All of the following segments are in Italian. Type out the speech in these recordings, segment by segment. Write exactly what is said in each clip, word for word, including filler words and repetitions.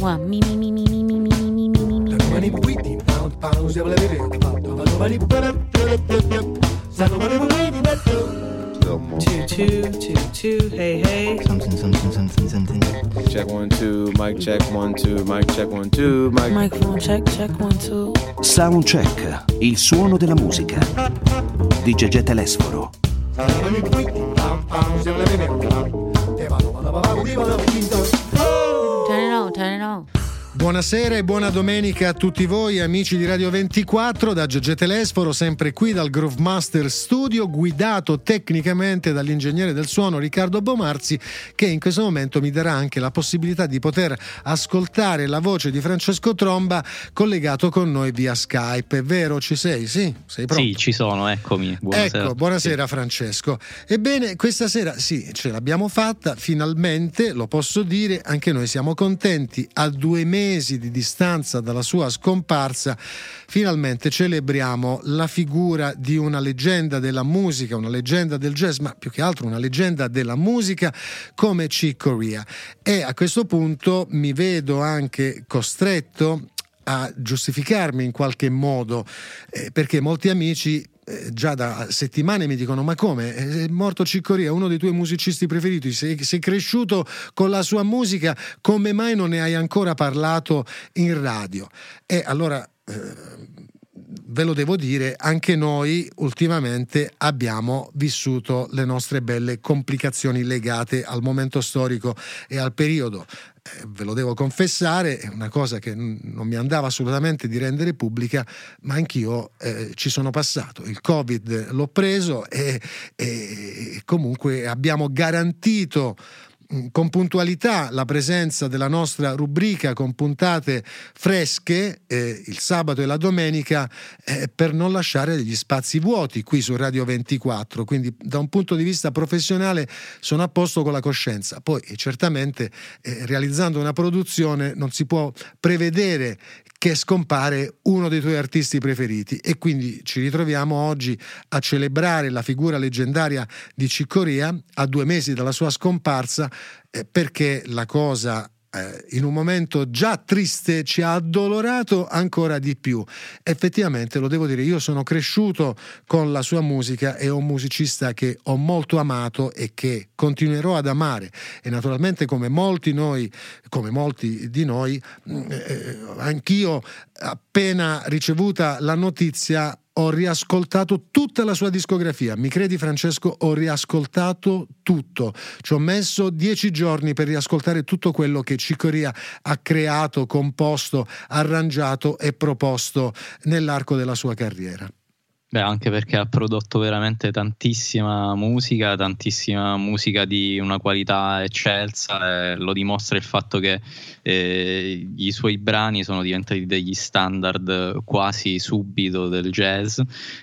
moi. Mi, mi, mi, mi, mi, mi, mi, mi, mi, mi, mi. Two, two, two, two, hey, hey. Something, something, something, something. Check one, two, mic check one, two, mic check one, two, mic. Microphone check, check one, two. Soundcheck, il suono della musica di Gegè Telesforo. Turn it on, turn it on. Buonasera e buona domenica a tutti voi amici di Radio ventiquattro, da Gegè Telesforo, sempre qui dal Groove Master Studio, guidato tecnicamente dall'ingegnere del suono Riccardo Bomarzi, che in questo momento mi darà anche la possibilità di poter ascoltare la voce di Francesco Tromba collegato con noi via Skype. È vero, ci sei? Sì? Sei pronto? Sì, ci sono, eccomi. Buonasera. Ecco, buonasera Francesco. Ebbene, questa sera sì, ce l'abbiamo fatta, finalmente, lo posso dire, anche noi siamo contenti. A due mesi di distanza dalla sua scomparsa, finalmente celebriamo la figura di una leggenda della musica, una leggenda del jazz, ma più che altro una leggenda della musica come Chick Corea. E a questo punto mi vedo anche costretto a giustificarmi in qualche modo, eh, perché molti amici Eh, già da settimane mi dicono: ma come, è morto Chick Corea, uno dei tuoi musicisti preferiti, sei, sei cresciuto con la sua musica, come mai non ne hai ancora parlato in radio? E allora eh, ve lo devo dire, anche noi ultimamente abbiamo vissuto le nostre belle complicazioni legate al momento storico e al periodo. Eh, ve lo devo confessare, è una cosa che n- non mi andava assolutamente di rendere pubblica, ma anch'io eh, ci sono passato. Il Covid l'ho preso e, e comunque abbiamo garantito con puntualità la presenza della nostra rubrica con puntate fresche eh, il sabato e la domenica, eh, per non lasciare degli spazi vuoti qui su Radio ventiquattro. Quindi da un punto di vista professionale sono a posto con la coscienza. Poi eh, certamente eh, realizzando una produzione non si può prevedere che scompare uno dei tuoi artisti preferiti, e quindi ci ritroviamo oggi a celebrare la figura leggendaria di Chick Corea a due mesi dalla sua scomparsa, eh, perché la cosa eh, in un momento già triste ci ha addolorato ancora di più. Effettivamente, lo devo dire, io sono cresciuto con la sua musica, è un musicista che ho molto amato e che continuerò ad amare, e naturalmente come molti noi come molti di noi eh, anch'io, appena ricevuta la notizia, ho riascoltato tutta la sua discografia. Mi credi, Francesco? Ho riascoltato tutto. Ci ho messo dieci giorni per riascoltare tutto quello che Chick Corea ha creato, composto, arrangiato e proposto nell'arco della sua carriera. Beh, anche perché ha prodotto veramente tantissima musica, tantissima musica di una qualità eccelsa, e lo dimostra il fatto che eh, i suoi brani sono diventati degli standard quasi subito del jazz.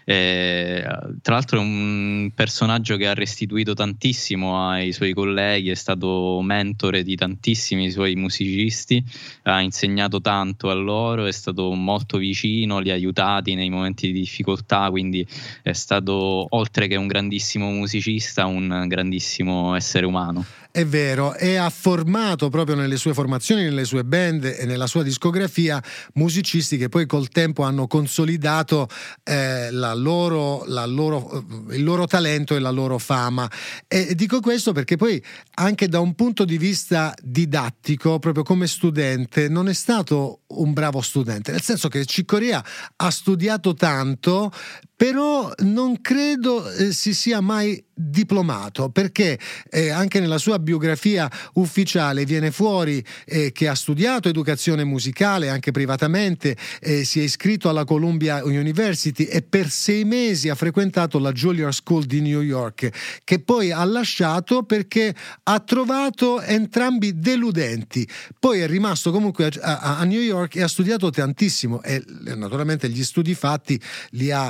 E, tra l'altro è un personaggio che ha restituito tantissimo ai suoi colleghi, è stato mentore di tantissimi suoi musicisti, ha insegnato tanto a loro, è stato molto vicino, li ha aiutati nei momenti di difficoltà, quindi è stato, oltre che un grandissimo musicista, un grandissimo essere umano. È vero, e ha formato proprio nelle sue formazioni, nelle sue band e nella sua discografia musicisti che poi col tempo hanno consolidato eh, la loro, la loro, il loro talento e la loro fama. E dico questo perché poi anche da un punto di vista didattico, proprio come studente, non è stato un bravo studente, nel senso che Chick Corea ha studiato tanto, però non credo eh, si sia mai diplomato, perché eh, anche nella sua biografia ufficiale viene fuori eh, che ha studiato educazione musicale anche privatamente, eh, si è iscritto alla Columbia University e per sei mesi ha frequentato la Juilliard School di New York, che poi ha lasciato perché ha trovato entrambi deludenti. Poi è rimasto comunque a, a New York e ha studiato tantissimo, e naturalmente gli studi fatti li ha poi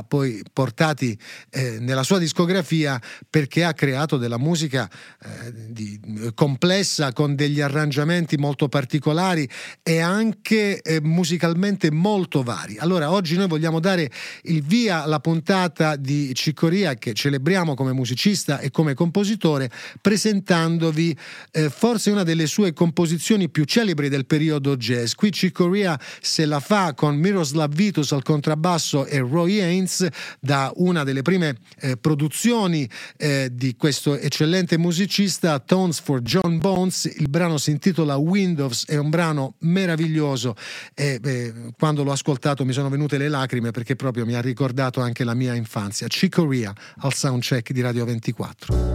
portati eh, nella sua discografia, perché ha creato della musica eh, di, complessa, con degli arrangiamenti molto particolari e anche eh, musicalmente molto vari. Allora oggi noi vogliamo dare il via alla puntata di Chick Corea, che celebriamo come musicista e come compositore, presentandovi eh, forse una delle sue composizioni più celebri del periodo jazz. Qui Chick Corea se la fa con Miroslav Vitus al contrabbasso e Roy Haynes, da una delle prime eh, produzioni eh, di questo eccellente musicista, Tones for John Bones. Il brano si intitola Windows, è un brano meraviglioso e eh, quando l'ho ascoltato mi sono venute le lacrime, perché proprio mi ha ricordato anche la mia infanzia. Chick Corea al soundcheck di Radio ventiquattro.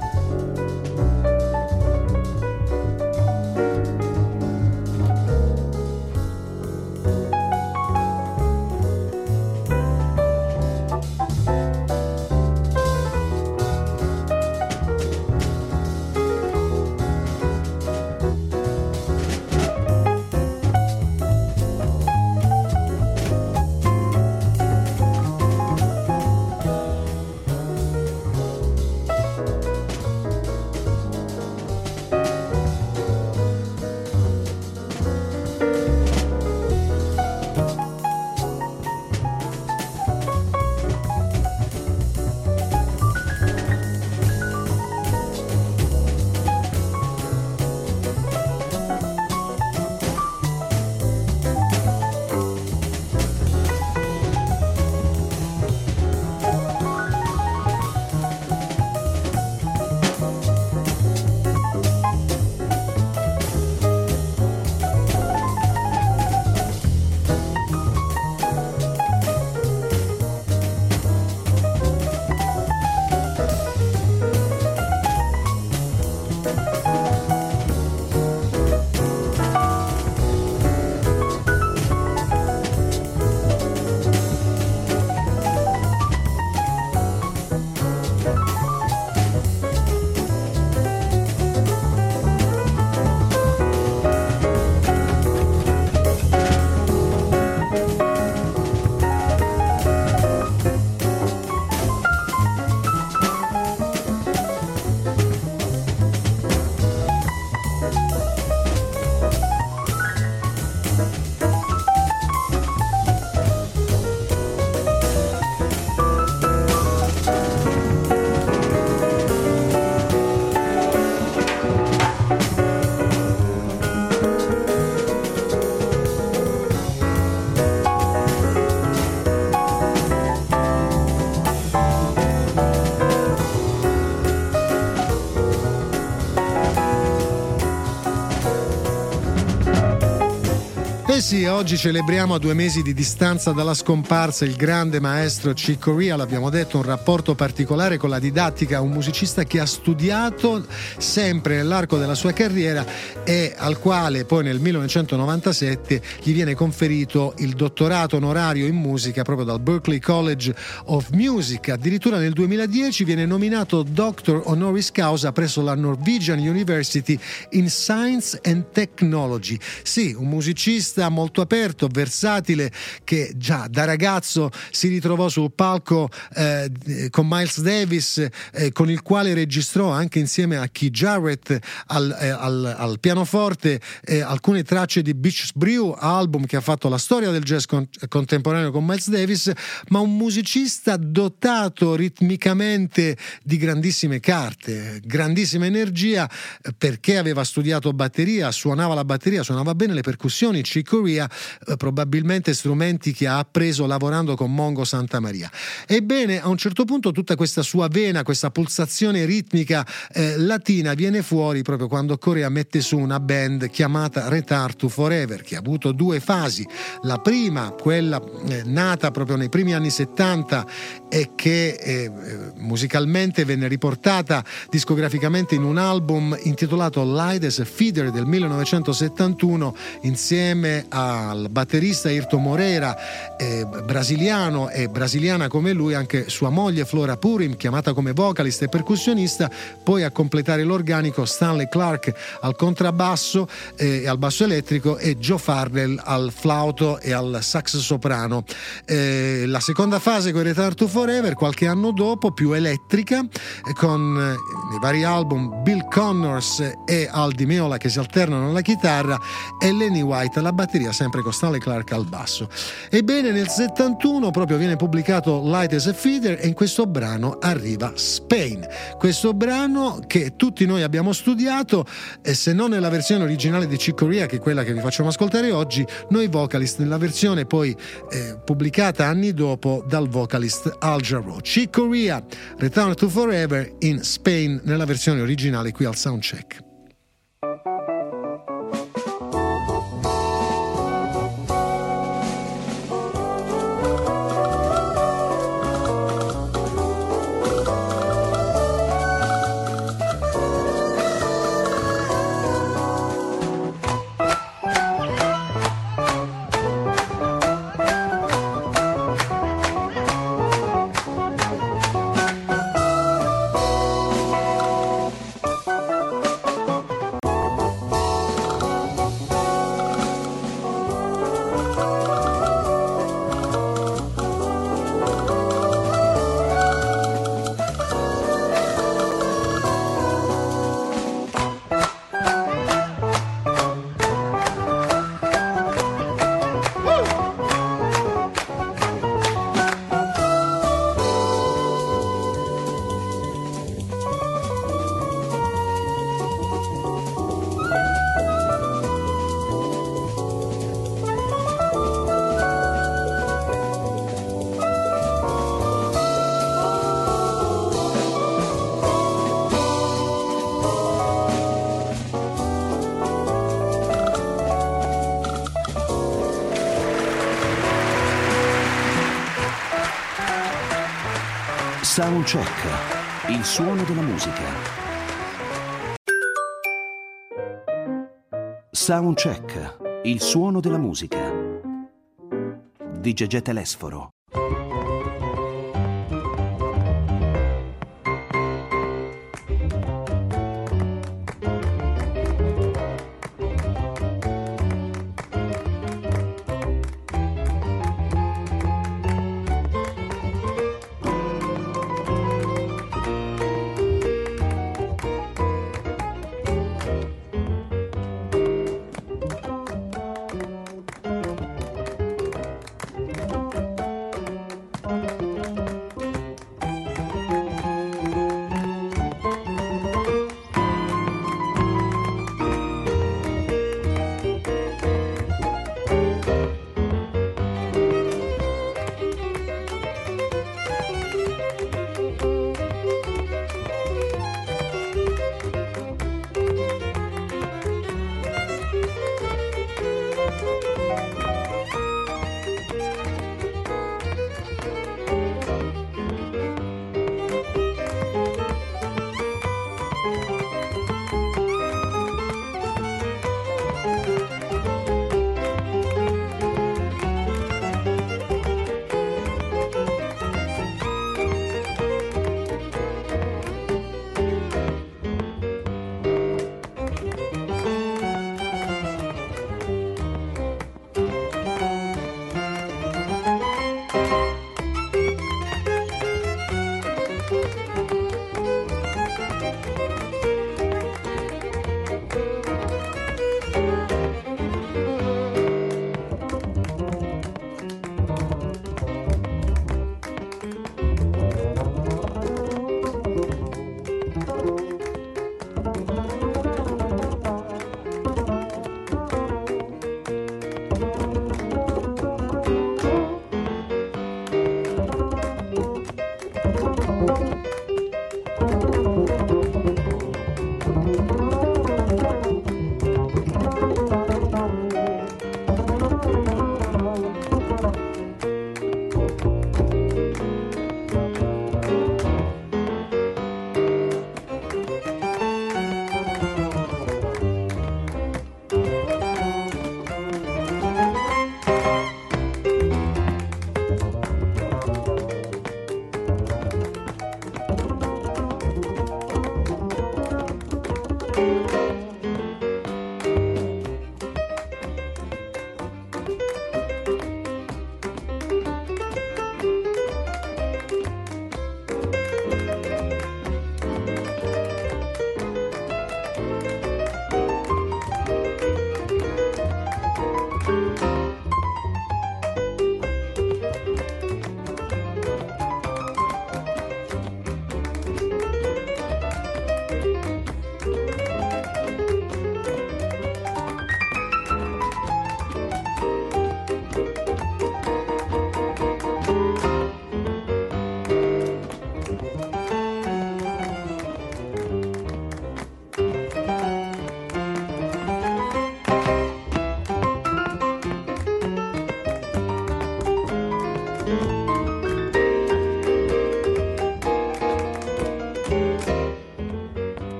Eh sì, oggi celebriamo a due mesi di distanza dalla scomparsa il grande maestro Chick Corea. L'abbiamo detto, un rapporto particolare con la didattica, un musicista che ha studiato sempre nell'arco della sua carriera e al quale poi nel millenovecentonovantasette gli viene conferito il dottorato onorario in musica proprio dal Berklee College of Music. Addirittura nel duemiladieci viene nominato Doctor Honoris Causa presso la Norwegian University in Science and Technology. Sì, un musicista molto aperto, versatile, che già da ragazzo si ritrovò sul palco eh, con Miles Davis, eh, con il quale registrò anche insieme a Keith Jarrett al, eh, al, al pianoforte eh, alcune tracce di Beach Brew, album che ha fatto la storia del jazz con, contemporaneo con Miles Davis, ma un musicista dotato ritmicamente di grandissime carte, grandissima energia, perché aveva studiato batteria, suonava la batteria, suonava bene le percussioni. Chick Corea, eh, probabilmente strumenti che ha appreso lavorando con Mongo Santamaria. Ebbene, a un certo punto tutta questa sua vena, questa pulsazione ritmica eh, latina viene fuori proprio quando Corea mette su una band chiamata Return to Forever, che ha avuto due fasi. La prima, quella eh, nata proprio nei primi anni settanta e che eh, musicalmente venne riportata discograficamente in un album intitolato Light as a Feather del millenovecentosettantuno, insieme insieme al batterista Ayrton Moreira, eh, brasiliano e brasiliana come lui anche sua moglie Flora Purim, chiamata come vocalist e percussionista, poi a completare l'organico Stanley Clarke al contrabbasso e eh, al basso elettrico e Joe Farrell al flauto e al sax soprano. Eh, la seconda fase con Return to Forever qualche anno dopo, più elettrica, eh, con eh, nei vari album Bill Connors e Al Di Meola che si alternano alla chitarra e Lenny White alla batteria, sempre con Stanley Clarke al basso. Ebbene, nel settantuno proprio viene pubblicato Light as a Feather e in questo brano arriva Spain, questo brano che tutti noi abbiamo studiato, e se non nella versione originale di Chick Corea, che è quella che vi facciamo ascoltare oggi, noi vocalist nella versione poi eh, pubblicata anni dopo dal vocalist Al Jarreau. Chick Corea, Return to Forever in Spain nella versione originale qui al Soundcheck. Soundcheck, il suono della musica. Soundcheck, il suono della musica. Di Gegè Telesforo.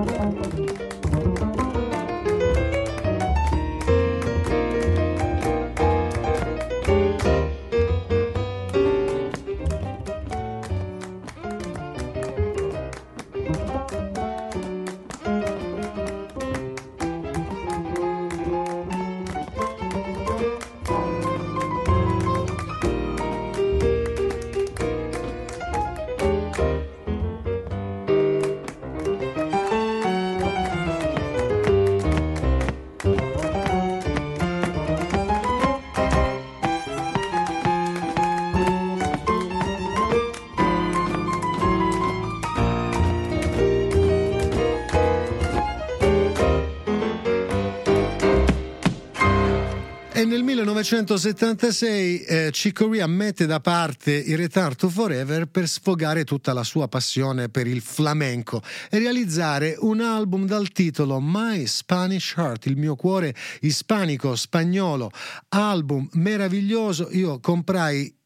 E nel millenovecentosettantasei eh, Chick Corea mette da parte il Return to Forever per sfogare tutta la sua passione per il flamenco e realizzare un album dal titolo My Spanish Heart, il mio cuore ispanico, spagnolo, album meraviglioso. Io comprai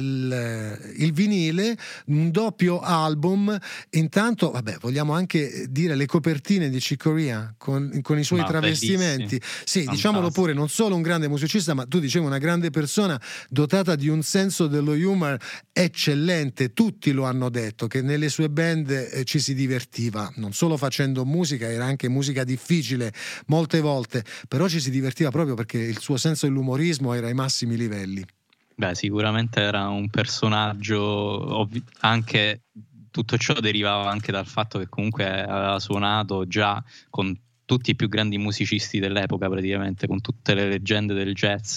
il, il vinile, un doppio album. Intanto, vabbè, vogliamo anche dire le copertine di Chick Corea con, con i suoi ma travestimenti. Sì, fantastico. Diciamolo pure, non solo un grande musicista, ma tu dicevi una grande persona dotata di un senso dello humor eccellente. Tutti lo hanno detto che nelle sue band eh, ci si divertiva, non solo facendo musica, era anche musica difficile molte volte, però ci si divertiva proprio perché il suo senso dell'umorismo era ai massimi livelli. Beh, sicuramente era un personaggio, ovvi- anche tutto ciò derivava anche dal fatto che comunque aveva suonato già con tutti i più grandi musicisti dell'epoca, praticamente con tutte le leggende del jazz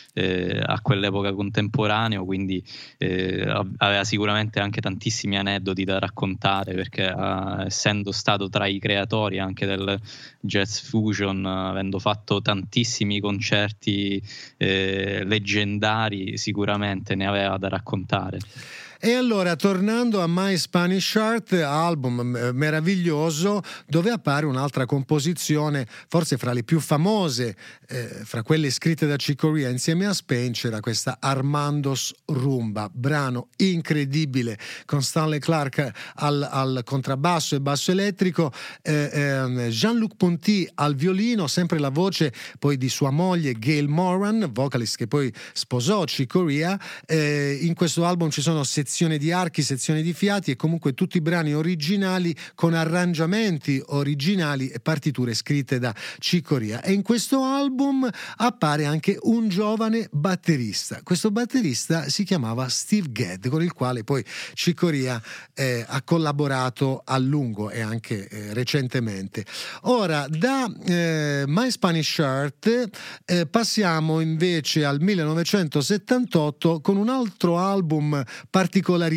eh, a quell'epoca contemporaneo, quindi eh, aveva sicuramente anche tantissimi aneddoti da raccontare, perché eh, essendo stato tra i creatori anche del jazz fusion, avendo fatto tantissimi concerti eh, leggendari, sicuramente ne aveva da raccontare. E allora, tornando a My Spanish Heart, album meraviglioso dove appare un'altra composizione, forse fra le più famose, eh, fra quelle scritte da Chick Corea insieme a Spain, c'era questa Armando's Rumba, brano incredibile con Stanley Clarke al, al contrabbasso e basso elettrico, eh, eh, Jean-Luc Ponty al violino, sempre la voce poi di sua moglie Gail Moran, vocalist che poi sposò Chick Corea. Eh, in questo album ci sono sezioni di archi, sezioni di fiati e comunque tutti i brani originali con arrangiamenti originali e partiture scritte da Chick Corea. E in questo album appare anche un giovane batterista. Questo batterista si chiamava Steve Gadd, con il quale poi Chick Corea eh, ha collaborato a lungo e anche eh, recentemente. Ora, da eh, My Spanish Heart eh, passiamo invece al millenovecentosettantotto con un altro album particolarissimo,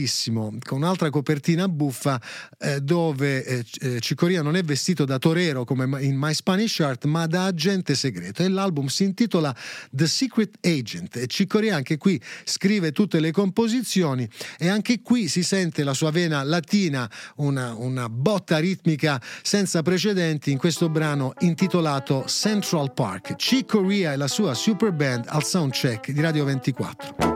con un'altra copertina buffa eh, dove eh, Chick Corea non è vestito da torero come in My Spanish Heart, ma da agente segreto, e l'album si intitola The Secret Agent. E Chick Corea anche qui scrive tutte le composizioni e anche qui si sente la sua vena latina, una, una botta ritmica senza precedenti in questo brano intitolato Central Park. Chick Corea e la sua super band al soundcheck di Radio ventiquattro.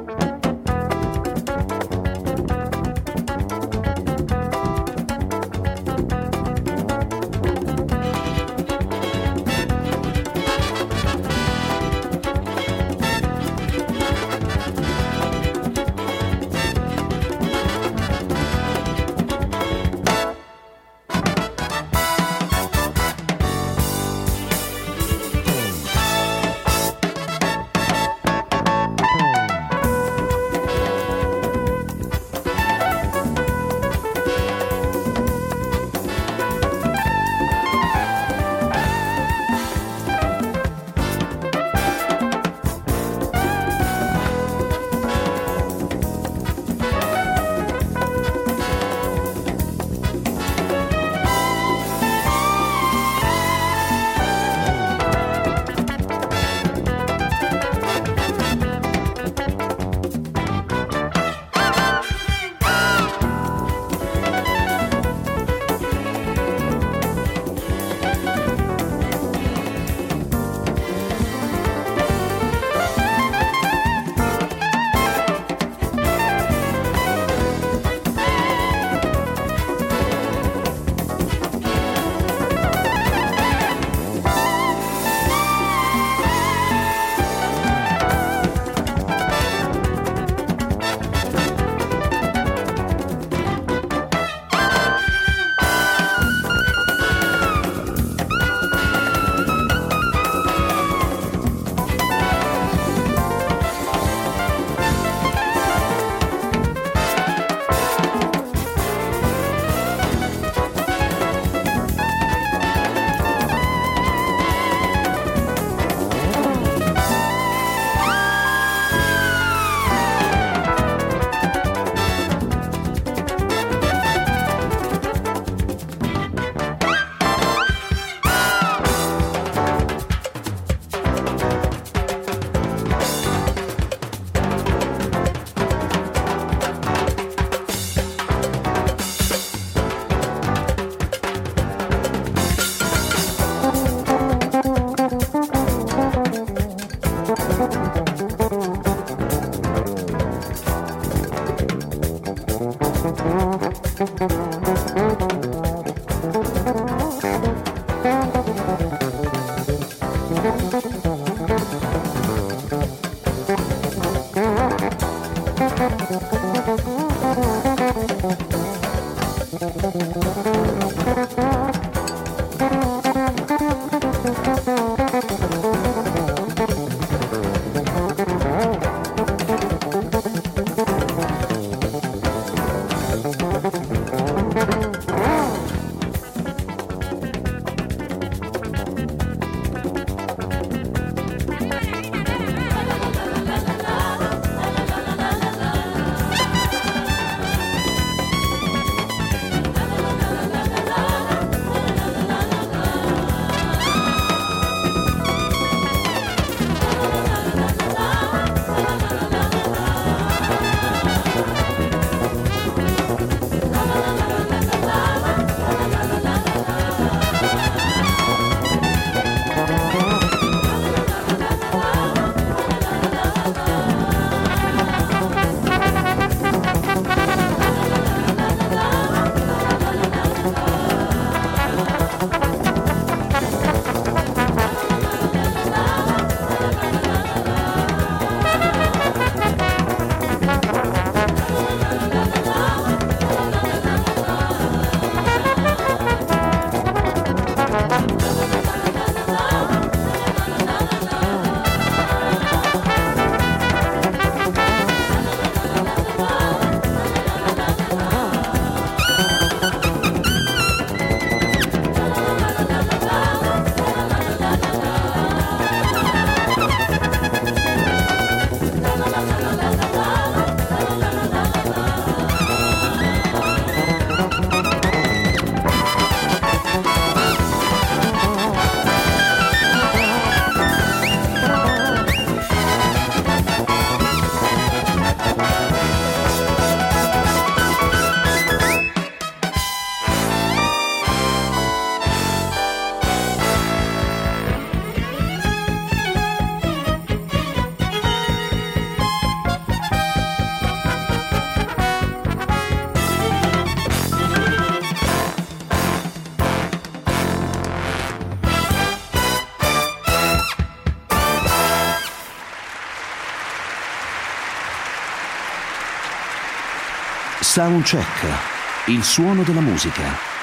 Soundcheck, il suono della musica.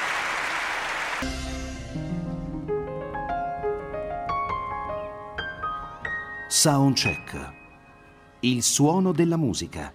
Soundcheck, il suono della musica.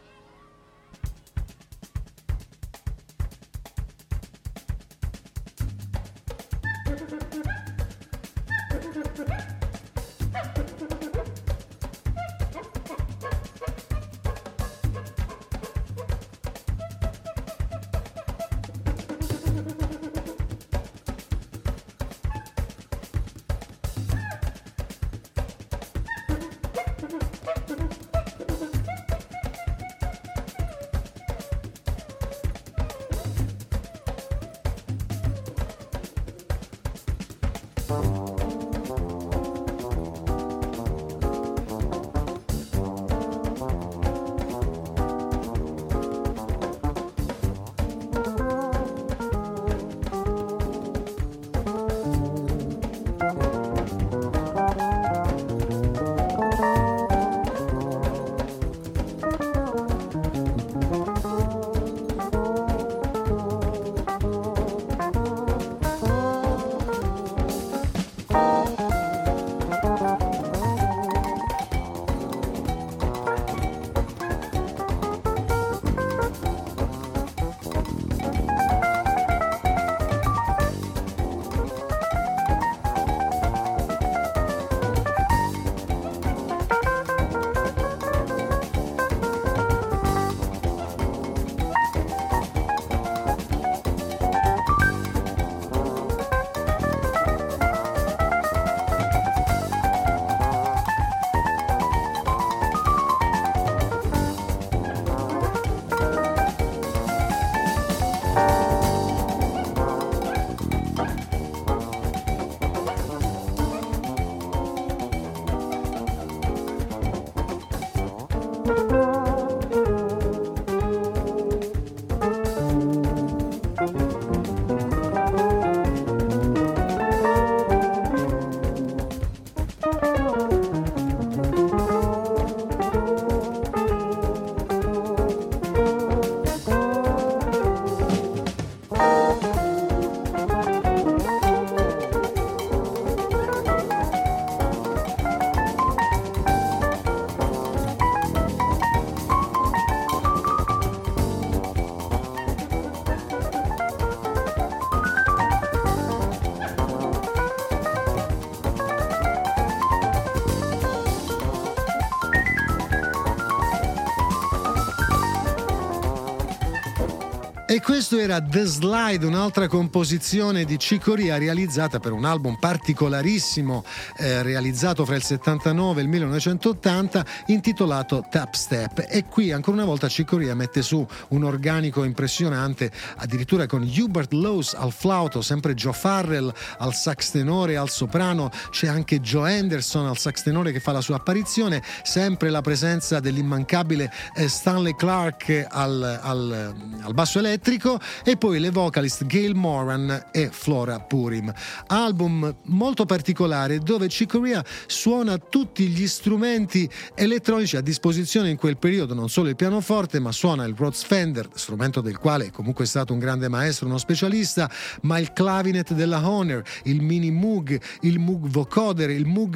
E questo era The Slide, un'altra composizione di Chick Corea realizzata per un album particolarissimo eh, realizzato fra il settantanove e il millenovecentottanta intitolato Tap Step. E qui ancora una volta Chick Corea mette su un organico impressionante, addirittura con Hubert Laws al flauto, sempre Joe Farrell al sax tenore e al soprano, c'è anche Joe Henderson al sax tenore che fa la sua apparizione, sempre la presenza dell'immancabile eh, Stanley Clarke al, al, al basso elettrico, e poi le vocalist Gail Moran e Flora Purim. Album molto particolare dove Chick Corea suona tutti gli strumenti elettronici a disposizione in quel periodo, non solo il pianoforte, ma suona il Rhodes Fender, strumento del quale comunque è stato un grande maestro, uno specialista, ma il clavinet della Hohner, il mini Moog, il Moog vocoder, il Moog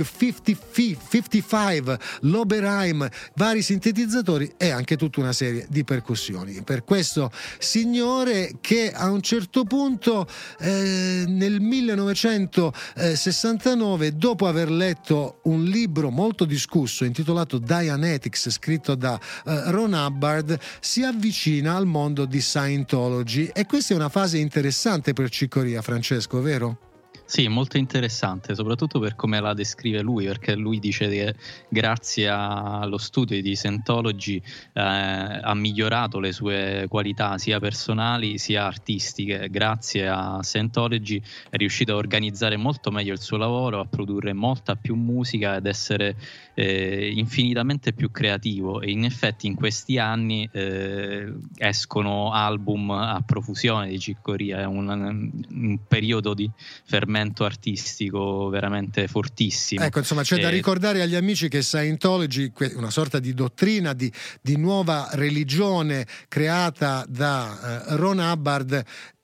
cinquantacinque, l'Oberheim, vari sintetizzatori e anche tutta una serie di percussioni. Per questo signore che a un certo punto eh, nel millenovecentosessantanove, dopo aver letto un libro molto discusso intitolato Dianetics, scritto da eh, Ron Hubbard, si avvicina al mondo di Scientology, e questa è una fase interessante per Chick Corea, Francesco, vero? Sì, molto interessante, soprattutto per come la descrive lui, perché lui dice che grazie allo studio di Scientology eh, ha migliorato le sue qualità sia personali sia artistiche. Grazie a Scientology è riuscito a organizzare molto meglio il suo lavoro, a produrre molta più musica ed essere eh, infinitamente più creativo, e in effetti in questi anni eh, escono album a profusione di Chick Corea, è un, un periodo di fermento fermento artistico veramente fortissimo. Ecco, insomma, c'è e... da ricordare agli amici che Scientology, una sorta di dottrina, di, di nuova religione creata da uh, Ron Hubbard,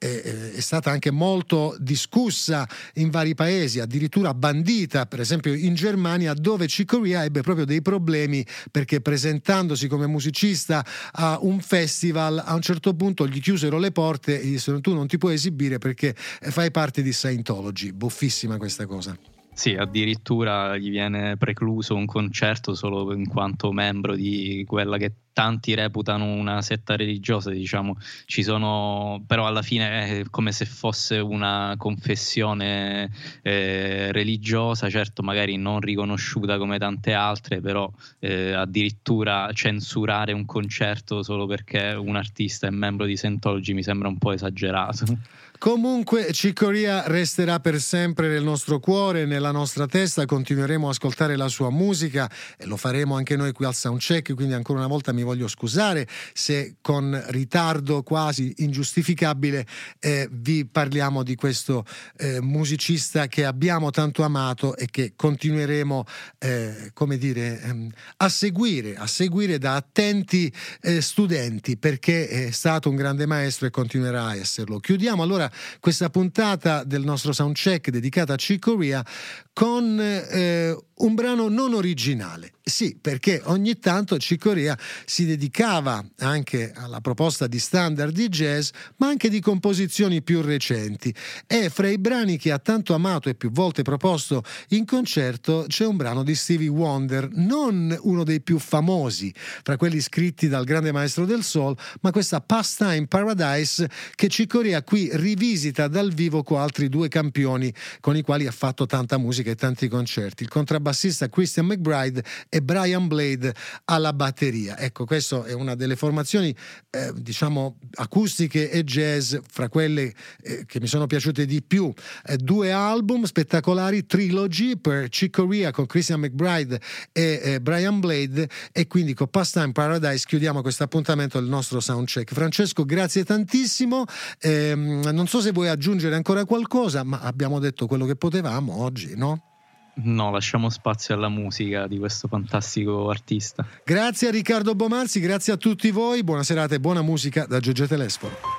è stata anche molto discussa in vari paesi, addirittura bandita, per esempio in Germania, dove Chick Corea ebbe proprio dei problemi perché presentandosi come musicista a un festival a un certo punto gli chiusero le porte e gli dissero: tu non ti puoi esibire perché fai parte di Scientology. Buffissima questa cosa. Sì, addirittura gli viene precluso un concerto solo in quanto membro di quella che tanti reputano una setta religiosa, diciamo. Ci sono, però alla fine è come se fosse una confessione eh, religiosa, certo magari non riconosciuta come tante altre, però eh, addirittura censurare un concerto solo perché un artista è membro di Scientology mi sembra un po' esagerato. Comunque Chick Corea resterà per sempre nel nostro cuore, nella nostra testa, continueremo a ascoltare la sua musica e lo faremo anche noi qui al Soundcheck, quindi ancora una volta mi voglio scusare se con ritardo quasi ingiustificabile eh, vi parliamo di questo eh, musicista che abbiamo tanto amato e che continueremo eh, come dire ehm, a seguire, a seguire da attenti eh, studenti, perché è stato un grande maestro e continuerà a esserlo. Chiudiamo allora questa puntata del nostro Soundcheck dedicata a Chick Corea con eh, un brano non originale. Sì, perché ogni tanto Chick Corea si dedicava anche alla proposta di standard di jazz, ma anche di composizioni più recenti. E fra i brani che ha tanto amato e più volte proposto in concerto c'è un brano di Stevie Wonder, non uno dei più famosi fra quelli scritti dal grande maestro del soul, ma questa Pastime Paradise che Chick Corea qui rivisita dal vivo con altri due campioni con i quali ha fatto tanta musica e tanti concerti, il contrabbassista Christian McBride e Brian Blade alla batteria. Ecco, questa è una delle formazioni eh, diciamo acustiche e jazz fra quelle eh, che mi sono piaciute di più. Eh, due album spettacolari, trilogy per Chick Corea con Christian McBride e eh, Brian Blade, e quindi con Pastime Paradise chiudiamo questo appuntamento del nostro Soundcheck. Francesco, grazie tantissimo. Eh, non so se vuoi aggiungere ancora qualcosa, ma abbiamo detto quello che potevamo oggi, no? No, lasciamo spazio alla musica di questo fantastico artista. Grazie a Riccardo Bomarzi, grazie a tutti voi, buona serata e buona musica da Giorgio Telesforo.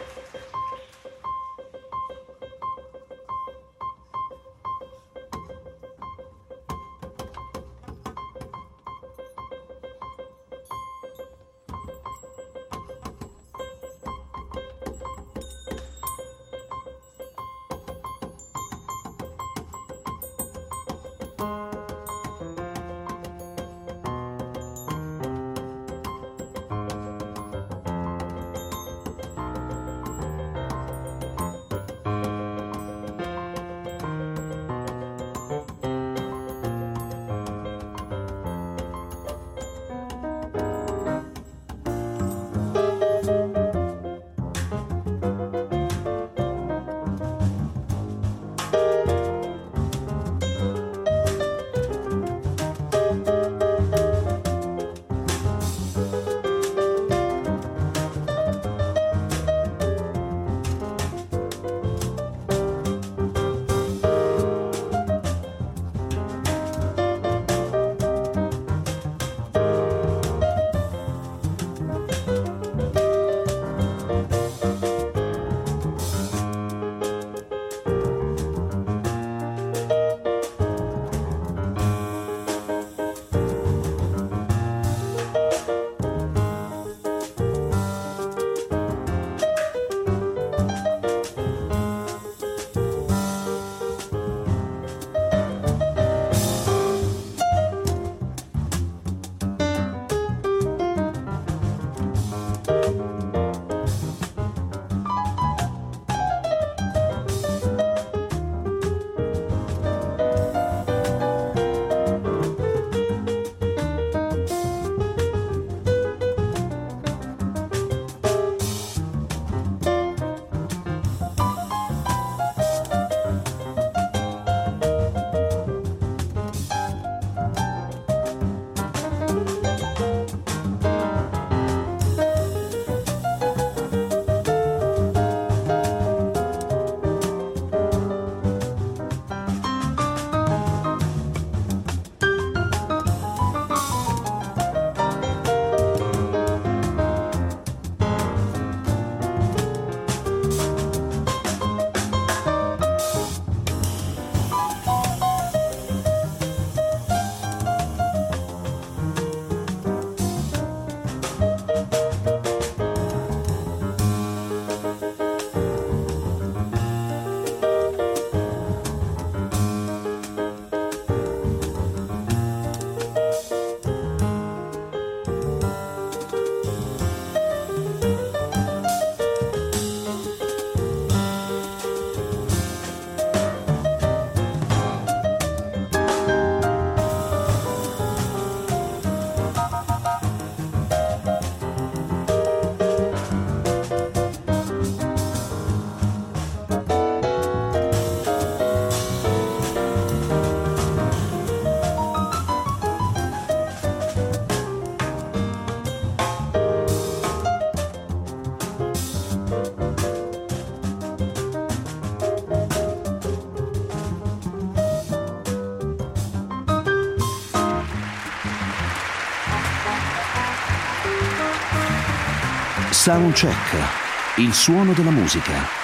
Soundcheck, il suono della musica.